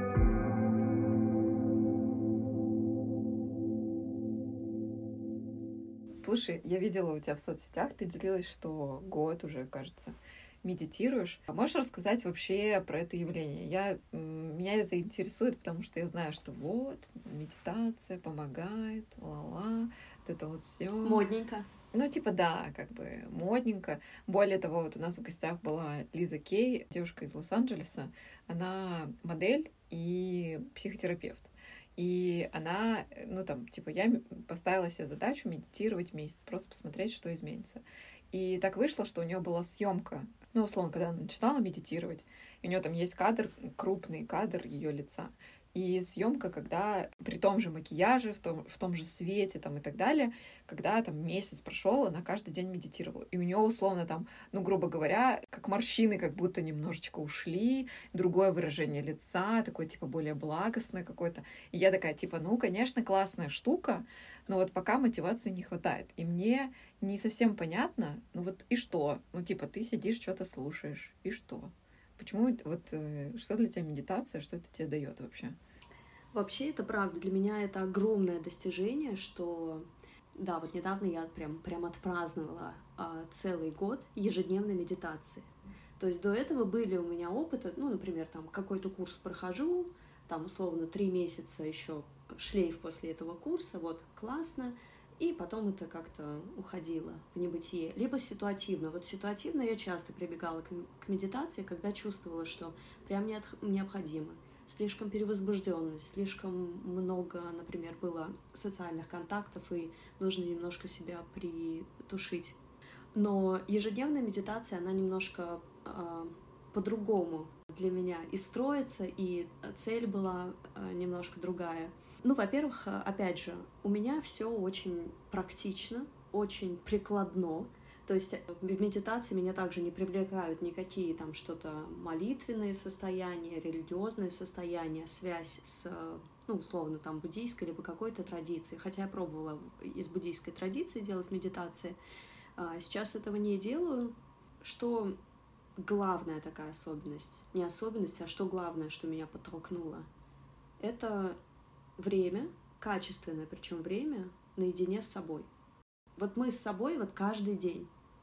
Слушай, я видела у тебя в соцсетях, ты делилась, что год уже, кажется, медитируешь. А можешь рассказать вообще про это явление? Меня это интересует, потому что я знаю, что вот, медитация помогает, вот это вот все. Модненько. Ну, типа, да, как бы модненько. Более того, вот у нас в гостях была Лиза Кей, девушка из Лос-Анджелеса. Она модель и психотерапевт. И она, ну, там, типа, я поставила себе задачу медитировать месяц, просто посмотреть, что изменится. И так вышло, что у нее была съемка. Ну, условно, когда она начинала медитировать, и у нее там есть кадр, крупный кадр ее лица. И съемка, когда при том же макияже, в том же свете там, и так далее, когда там месяц прошел, она каждый день медитировала. И у нее условно там, ну, грубо говоря, как морщины как будто немножечко ушли, другое выражение лица, такое типа более благостное какое-то. И я такая типа, ну, конечно, классная штука, но вот пока мотивации не хватает. И мне не совсем понятно, ну вот и что? Ну, типа, ты сидишь, что-то слушаешь, и что? Почему вот что для тебя медитация, что это тебе дает вообще? Вообще, это правда. Для меня это огромное достижение, что... Да, вот недавно я прям отпраздновала целый год ежедневной медитации. То есть до этого были у меня опыты, ну, например, там какой-то курс прохожу, там условно 3 месяца еще шлейф после этого курса, вот классно, и потом это как-то уходило в небытие. Либо ситуативно. Вот ситуативно я часто прибегала к медитации, когда чувствовала, что прям необходимо. Слишком перевозбужденность, слишком много, например, было социальных контактов, и нужно немножко себя притушить. Но ежедневная медитация, она немножко по-другому для меня и строится, и цель была немножко другая. Ну, во-первых, опять же, у меня все очень практично, очень прикладно. То есть в медитации меня также не привлекают никакие там что-то молитвенные состояния, религиозные состояния, связь с, ну, условно, там, буддийской либо какой-то традицией. Хотя я пробовала из буддийской традиции делать медитации. Сейчас этого не делаю. Что главная такая особенность? Не особенность, а что главное, что меня подтолкнуло? Это время, качественное причем время, наедине с собой. Вот мы с собой вот каждый день.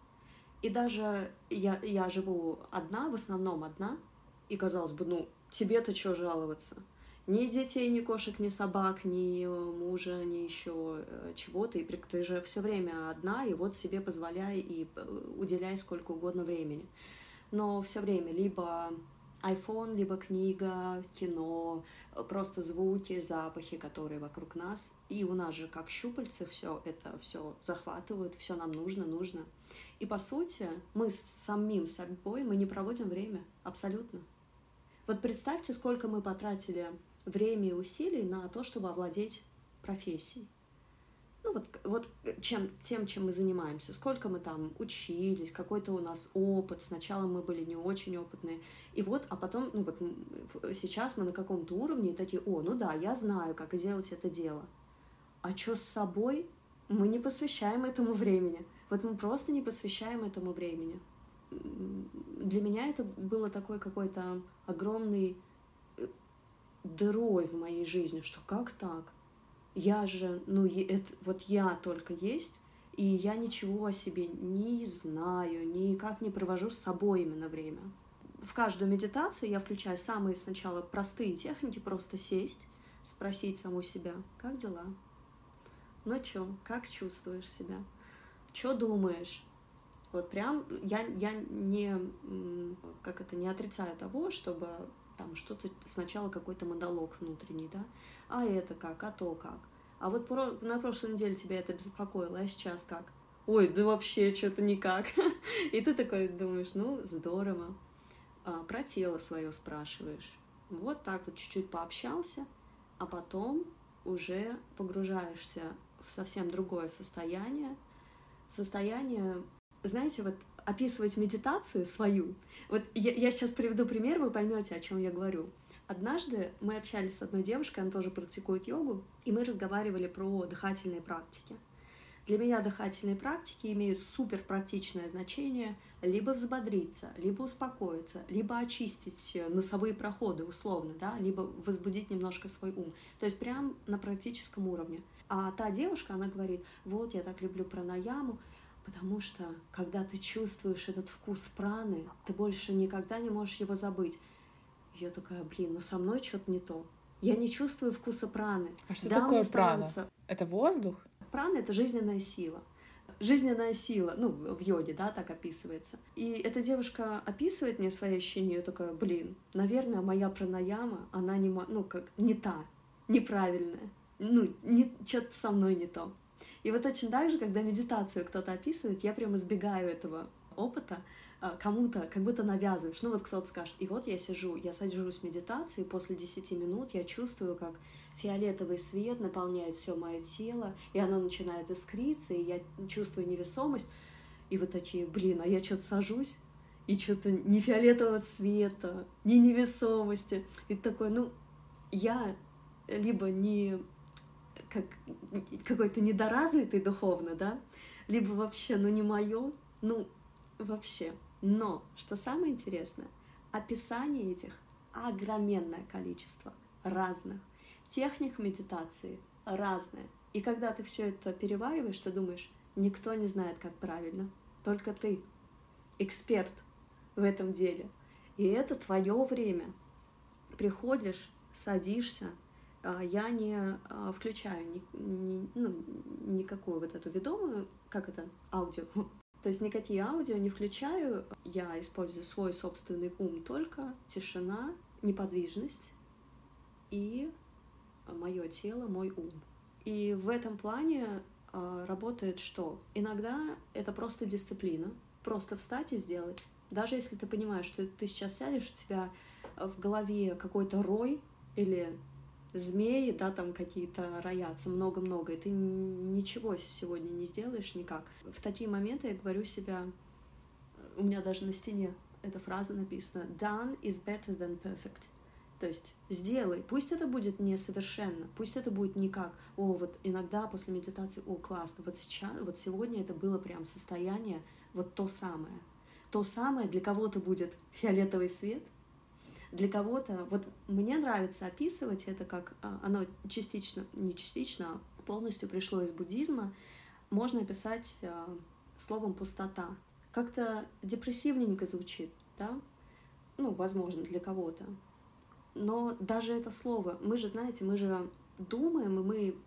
И даже я живу одна, в основном одна, и, казалось бы, ну, тебе-то что жаловаться? Ни детей, ни кошек, ни собак, ни мужа, ни еще чего-то. И ты же все время одна, и вот себе позволяй и уделяй сколько угодно времени. Но все время либо iPhone, либо книга, кино, просто звуки, запахи, которые вокруг нас. И у нас же как щупальцы все это все захватывают, все нам нужно. И по сути мы с самим собой мы не проводим время абсолютно. Вот представьте, сколько мы потратили времени и усилий на то, чтобы овладеть профессией. Ну вот тем, чем мы занимаемся, сколько мы там учились, какой-то у нас опыт, сначала мы были не очень опытные, и вот, а потом, ну вот сейчас мы на каком-то уровне и такие, о, ну да, я знаю, как делать это дело. А что с собой? Мы не посвящаем этому времени. Вот мы просто не посвящаем этому времени. Для меня это было такой какой-то огромный дырой в моей жизни, что как так? Я же, ну, вот я только есть, и я ничего о себе не знаю, никак не провожу с собой именно время. В каждую медитацию я включаю самые сначала простые техники, просто сесть, спросить саму себя, как дела? Ну чё, как чувствуешь себя? Чё думаешь? Вот прям я не отрицаю того, чтобы там что-то сначала какой-то монолог внутренний, да? А это как, а то как. А вот на прошлой неделе тебя это беспокоило, а сейчас как? Ой, да вообще что-то никак. И ты такой думаешь, ну, здорово. Про тело свое спрашиваешь. Вот так вот чуть-чуть пообщался, а потом уже погружаешься в совсем другое состояние. Состояние, знаете, вот описывать медитацию свою. Вот я сейчас приведу пример, вы поймете, о чем я говорю. Однажды мы общались с одной девушкой, она тоже практикует йогу, и мы разговаривали про дыхательные практики. Для меня дыхательные практики имеют супер практичное значение либо взбодриться, либо успокоиться, либо очистить носовые проходы условно, да, либо возбудить немножко свой ум. То есть прям на практическом уровне. А та девушка, она говорит, вот я так люблю пранаяму, потому что когда ты чувствуешь этот вкус праны, ты больше никогда не можешь его забыть. Я такая, блин, ну со мной что-то не то. Я не чувствую вкуса праны. А что такое прана? Это воздух? Прана — это жизненная сила. жизненная сила, ну, в йоге, да, так описывается. И эта девушка описывает мне свои ощущения, я такая, блин, наверное, моя пранаяма, она не та, неправильная, ну, что-то со мной не то. И вот точно так же, когда медитацию кто-то описывает, я прям избегаю этого опыта, кому-то как будто навязываешь. Ну вот кто-то скажет, и вот я сажусь в медитацию, и после 10 минут я чувствую, как фиолетовый свет наполняет все мое тело, и оно начинает искриться, и я чувствую невесомость. И вот такие, блин, а я что-то сажусь, и что-то ни фиолетового цвета, ни невесомости. И такой, ну, я либо не как какой-то недоразвитый духовно, да, либо вообще, ну, не мое, ну, вообще. Но, что самое интересное, описание этих огроменное количество разных техник медитации, разные. И когда ты все это перевариваешь, ты думаешь, никто не знает, как правильно, только ты, эксперт в этом деле. И это твое время. Приходишь, садишься, я не включаю никакую вот эту ведомую, как это, аудио. То есть никакие аудио не включаю, я использую свой собственный ум, только тишина, неподвижность и мое тело, мой ум. И в этом плане работает что? Иногда это просто дисциплина, просто встать и сделать. Даже если ты понимаешь, что ты сейчас сядешь, у тебя в голове какой-то рой или змеи, да, там какие-то роятся, много-много, и ты ничего сегодня не сделаешь никак. В такие моменты я говорю себя, у меня даже на стене эта фраза написана, done is better than perfect. То есть сделай, пусть это будет несовершенно, пусть это будет не как, вот иногда после медитации, классно, вот сейчас, вот сегодня это было прям состояние, вот то самое, для кого-то будет фиолетовый свет, для кого-то, вот мне нравится описывать это как, оно не частично, а полностью пришло из буддизма, можно описать словом «пустота». Как-то депрессивненько звучит, да? Ну, возможно, для кого-то. Но даже это слово, мы же, знаете, мы же думаем, и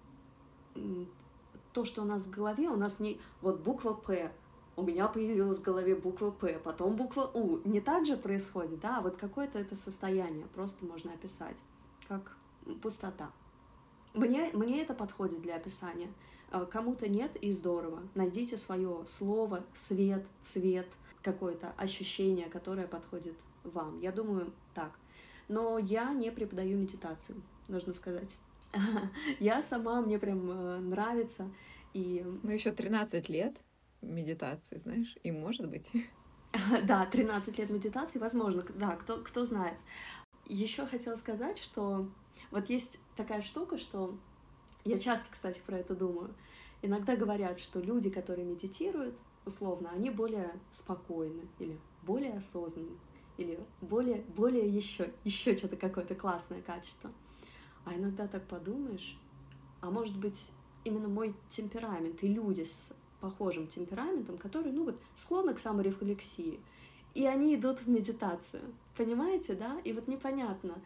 то, что у нас в голове, у нас не вот буква «П», у меня появилась в голове буква «П», потом буква «У». Не так же происходит, да? Вот какое-то это состояние просто можно описать, как пустота. Мне это подходит для описания. Кому-то нет, и здорово. Найдите свое слово, свет, цвет, какое-то ощущение, которое подходит вам. Я думаю, так. Но я не преподаю медитацию, нужно сказать. Я сама, мне прям нравится. И... Ну, еще 13 лет медитации, знаешь, и может быть. Да, 13 лет медитации, возможно, да, кто знает. Еще хотела сказать, что вот есть такая штука, что я часто, кстати, про это думаю. Иногда говорят, что люди, которые медитируют, условно, они более спокойны или более осознанны, или более еще что-то какое-то классное качество. А иногда так подумаешь, а может быть, именно мой темперамент и люди с похожим темпераментом, которые, ну вот, склонны к саморефлексии, и они идут в медитацию. Понимаете, да? И вот непонятно,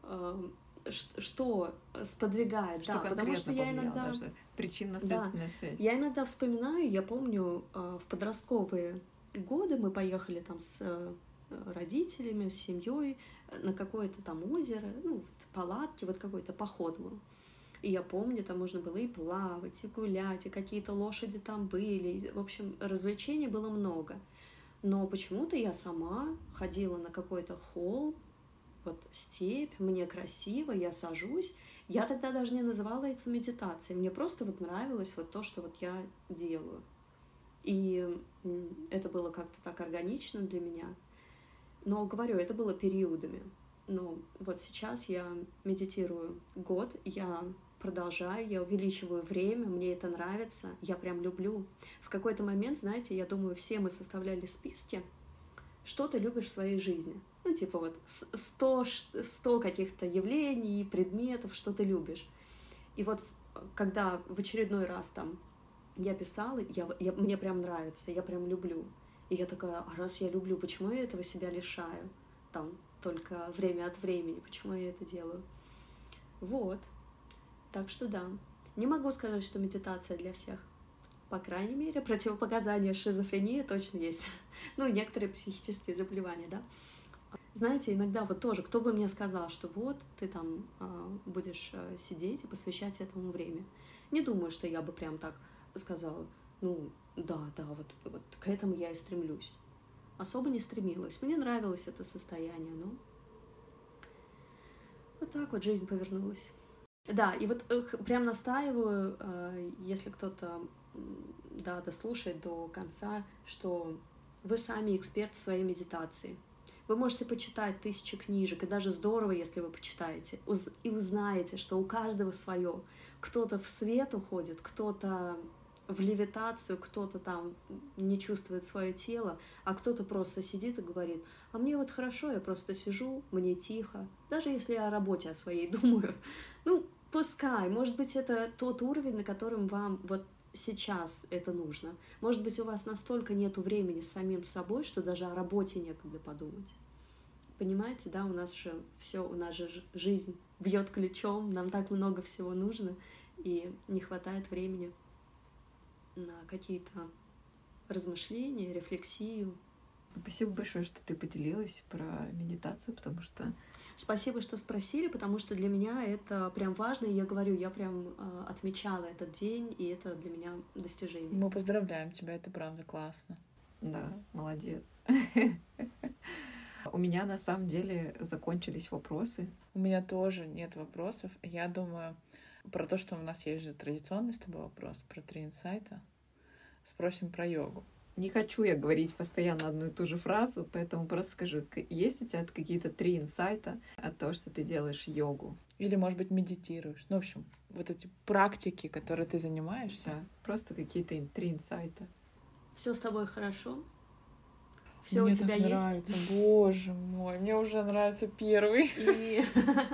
что сподвигает. Что да, конкретно потому что я иногда... даже причинно-следственная связь. Я иногда вспоминаю, я помню, в подростковые годы мы поехали там с родителями, с семьей на какое-то там озеро, ну, в палатке, вот какой-то поход был. И я помню, там можно было и плавать, и гулять, и какие-то лошади там были. В общем, развлечений было много. Но почему-то я сама ходила на какой-то холм, вот степь, мне красиво, я сажусь. Я тогда даже не называла это медитацией. Мне просто вот нравилось вот то, что вот я делаю. И это было как-то так органично для меня. Но, говорю, это было периодами. Но вот сейчас я медитирую год, я продолжаю, я увеличиваю время, мне это нравится, я прям люблю. В какой-то момент, знаете, я думаю, все мы составляли списки, что ты любишь в своей жизни. Ну, типа вот 100 каких-то явлений, предметов, что ты любишь. И вот когда в очередной раз там я писала, мне прям нравится, я прям люблю. И я такая, а раз я люблю, почему я этого себя лишаю? Там только время от времени, почему я это делаю? Вот. Так что да. Не могу сказать, что медитация для всех. По крайней мере, противопоказания шизофрении точно есть. Ну, и некоторые психические заболевания, да. Знаете, иногда вот тоже, кто бы мне сказал, что вот ты там будешь сидеть и посвящать этому время. Не думаю, что я бы прям так сказала, ну, да, вот к этому я и стремлюсь. Особо не стремилась. Мне нравилось это состояние, но вот так вот жизнь повернулась. Да, и вот прям настаиваю, если кто-то, да, дослушает до конца, что вы сами эксперт в своей медитации. Вы можете почитать 1000 книжек, и даже здорово, если вы почитаете, и узнаете, что у каждого свое. Кто-то в свет уходит, кто-то в левитацию, кто-то там не чувствует свое тело, а кто-то просто сидит и говорит, а мне вот хорошо, я просто сижу, мне тихо. Даже если я о работе о своей думаю, ну, пускай, может быть, это тот уровень, на котором вам вот сейчас это нужно. Может быть, у вас настолько нету времени с самим собой, что даже о работе некогда подумать. Понимаете, да, у нас же все, у нас же жизнь бьет ключом, нам так много всего нужно, и не хватает времени на какие-то размышления, рефлексию. Спасибо большое, что ты поделилась про медитацию, потому что... Спасибо, что спросили, потому что для меня это прям важно, и я говорю, я прям отмечала этот день, и это для меня достижение. Мы поздравляем тебя, это правда классно. Да, молодец. У меня на самом деле закончились вопросы. У меня тоже нет вопросов. Я думаю про то, что у нас есть же традиционный с тобой вопрос про 3 инсайта. Спросим про йогу. Не хочу я говорить постоянно одну и ту же фразу, поэтому просто скажу, есть у тебя какие-то 3 инсайта от того, что ты делаешь йогу? Или, может быть, медитируешь. Ну, в общем, вот эти практики, которые ты занимаешься. Да, просто какие-то 3 инсайта. Все с тобой хорошо? Все Мне у тебя так нравится. есть? Боже мой, мне уже нравится первый. И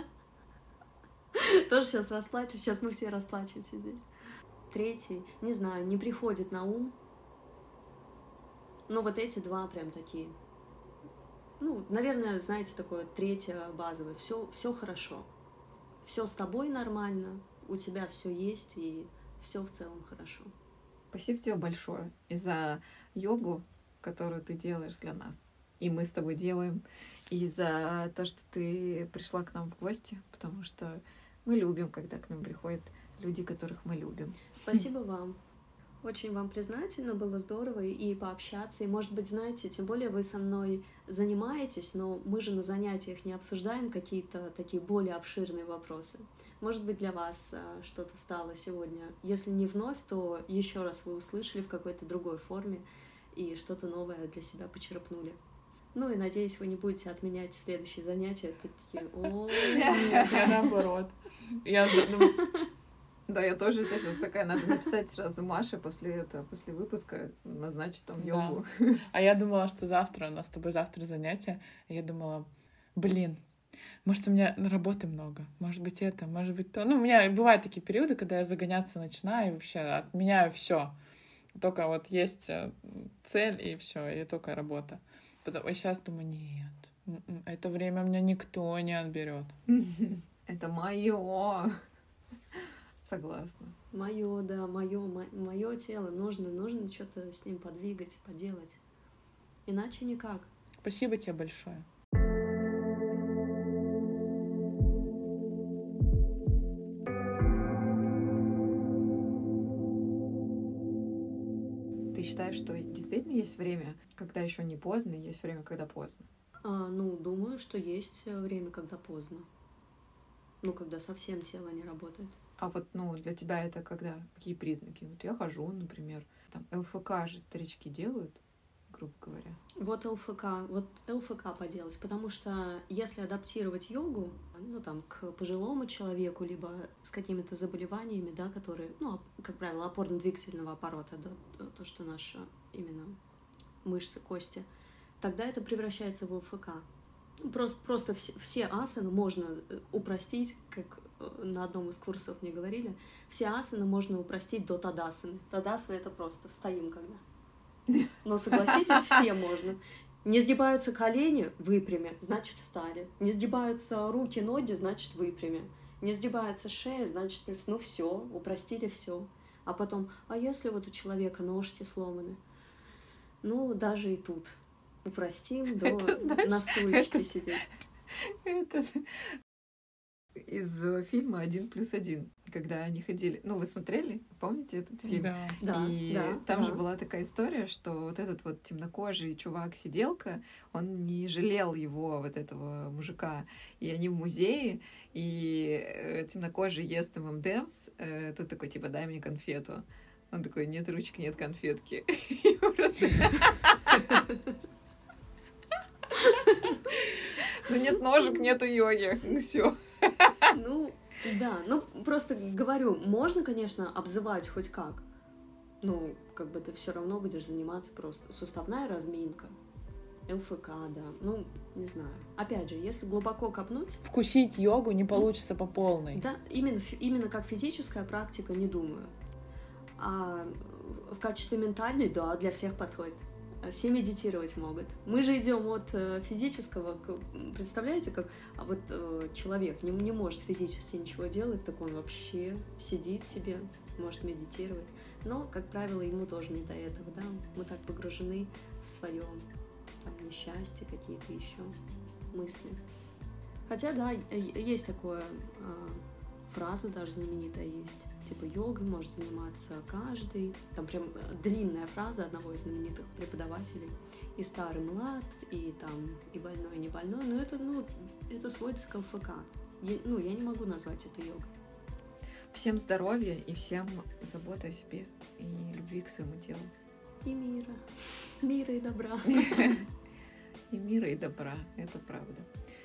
тоже сейчас расплачусь. Сейчас мы все расплачемся здесь. 3, не знаю, не приходит на ум. Но вот эти 2 прям такие. Ну, наверное, знаете, такое 3 базовое. Все хорошо. Все с тобой нормально. У тебя все есть, и все в целом хорошо. Спасибо тебе большое и за йогу, которую ты делаешь для нас. И мы с тобой делаем. И за то, что ты пришла к нам в гости, потому что мы любим, когда к нам приходят люди, которых мы любим. Спасибо вам. Очень вам признательна, было здорово и пообщаться. И, может быть, знаете, тем более вы со мной занимаетесь, но мы же на занятиях не обсуждаем какие-то такие более обширные вопросы. Может быть, для вас что-то стало сегодня. Если не вновь, то еще раз вы услышали в какой-то другой форме и что-то новое для себя почерпнули. Ну и надеюсь, вы не будете отменять следующие занятия. Такие, Я наоборот. Да, я тоже сейчас такая, надо написать сразу Маше после выпуска, назначить там йогу. Да. А я думала, что завтра, у нас с тобой завтра занятия, и я думала, может, у меня работы много, может быть, это, может быть, то. Ну, у меня бывают такие периоды, когда я загоняться начинаю и вообще отменяю все. Только вот есть цель, и все, и только работа. И сейчас думаю, нет, это время мне никто не отберет. Это мое. Согласна. Мое, да, мое тело. Нужно что-то с ним подвигать, поделать. Иначе никак. Спасибо тебе большое. Ты считаешь, что действительно есть время, когда еще не поздно, и есть время, когда поздно? Думаю, что есть время, когда поздно. Когда совсем тело не работает. А вот, для тебя это когда? Какие признаки? Вот я хожу, например, там ЛФК же старички делают, грубо говоря. Вот ЛФК поделать, потому что если адаптировать йогу, к пожилому человеку, либо с какими-то заболеваниями, да, которые, как правило, опорно-двигательного аппарата, да, то, что наши именно мышцы, кости, тогда это превращается в ЛФК. Просто все асаны можно упростить, как на одном из курсов мне говорили, все асаны можно упростить до тадасаны. Тадасана — это просто встоим когда. Но согласитесь, все можно. Не сгибаются колени — выпрями, значит встали. Не сгибаются руки, ноги — значит выпрями. Не сгибается шея — значит, все, упростили все. А потом, а если вот у человека ножки сломаны? Ну, даже и тут упростим, на стульчике сидеть. Это из фильма «1+1», когда они ходили... Ну, вы смотрели? Помните этот фильм? Да. И там же была такая история, что вот этот вот темнокожий чувак-сиделка, он не жалел его, вот этого мужика. И они в музее, и темнокожий ест ММДМС, тут такой, типа, дай мне конфету. Он такой, нет ручки, нет конфетки. Ну, нет ножек, нету йоги. Все. Ну, да. Ну, просто говорю, можно, конечно, обзывать хоть как. Ну, как бы ты все равно будешь заниматься просто. Суставная разминка, ЛФК, да. Ну, не знаю. Опять же, если глубоко копнуть... Вкусить йогу не получится по полной. Да, именно как физическая практика, не думаю. А в качестве ментальной, да, для всех подходит. Все медитировать могут. Мы же идем от физического, представляете, как вот человек не может физически ничего делать, так он вообще сидит себе, может медитировать. Но, как правило, ему тоже не до этого, да. Мы так погружены в свое там несчастье, какие-то еще мысли. Хотя, да, есть такое, фраза даже знаменитая есть. Типа йогой может заниматься каждый. Там прям длинная фраза одного из знаменитых преподавателей. И старый, млад, и там и больной, и не больной. Но это сводится к ЛФК. Я не могу назвать это йогой. Всем здоровья и всем заботы о себе и любви к своему телу. И мира. Мира и добра. И мира, и добра. Это правда.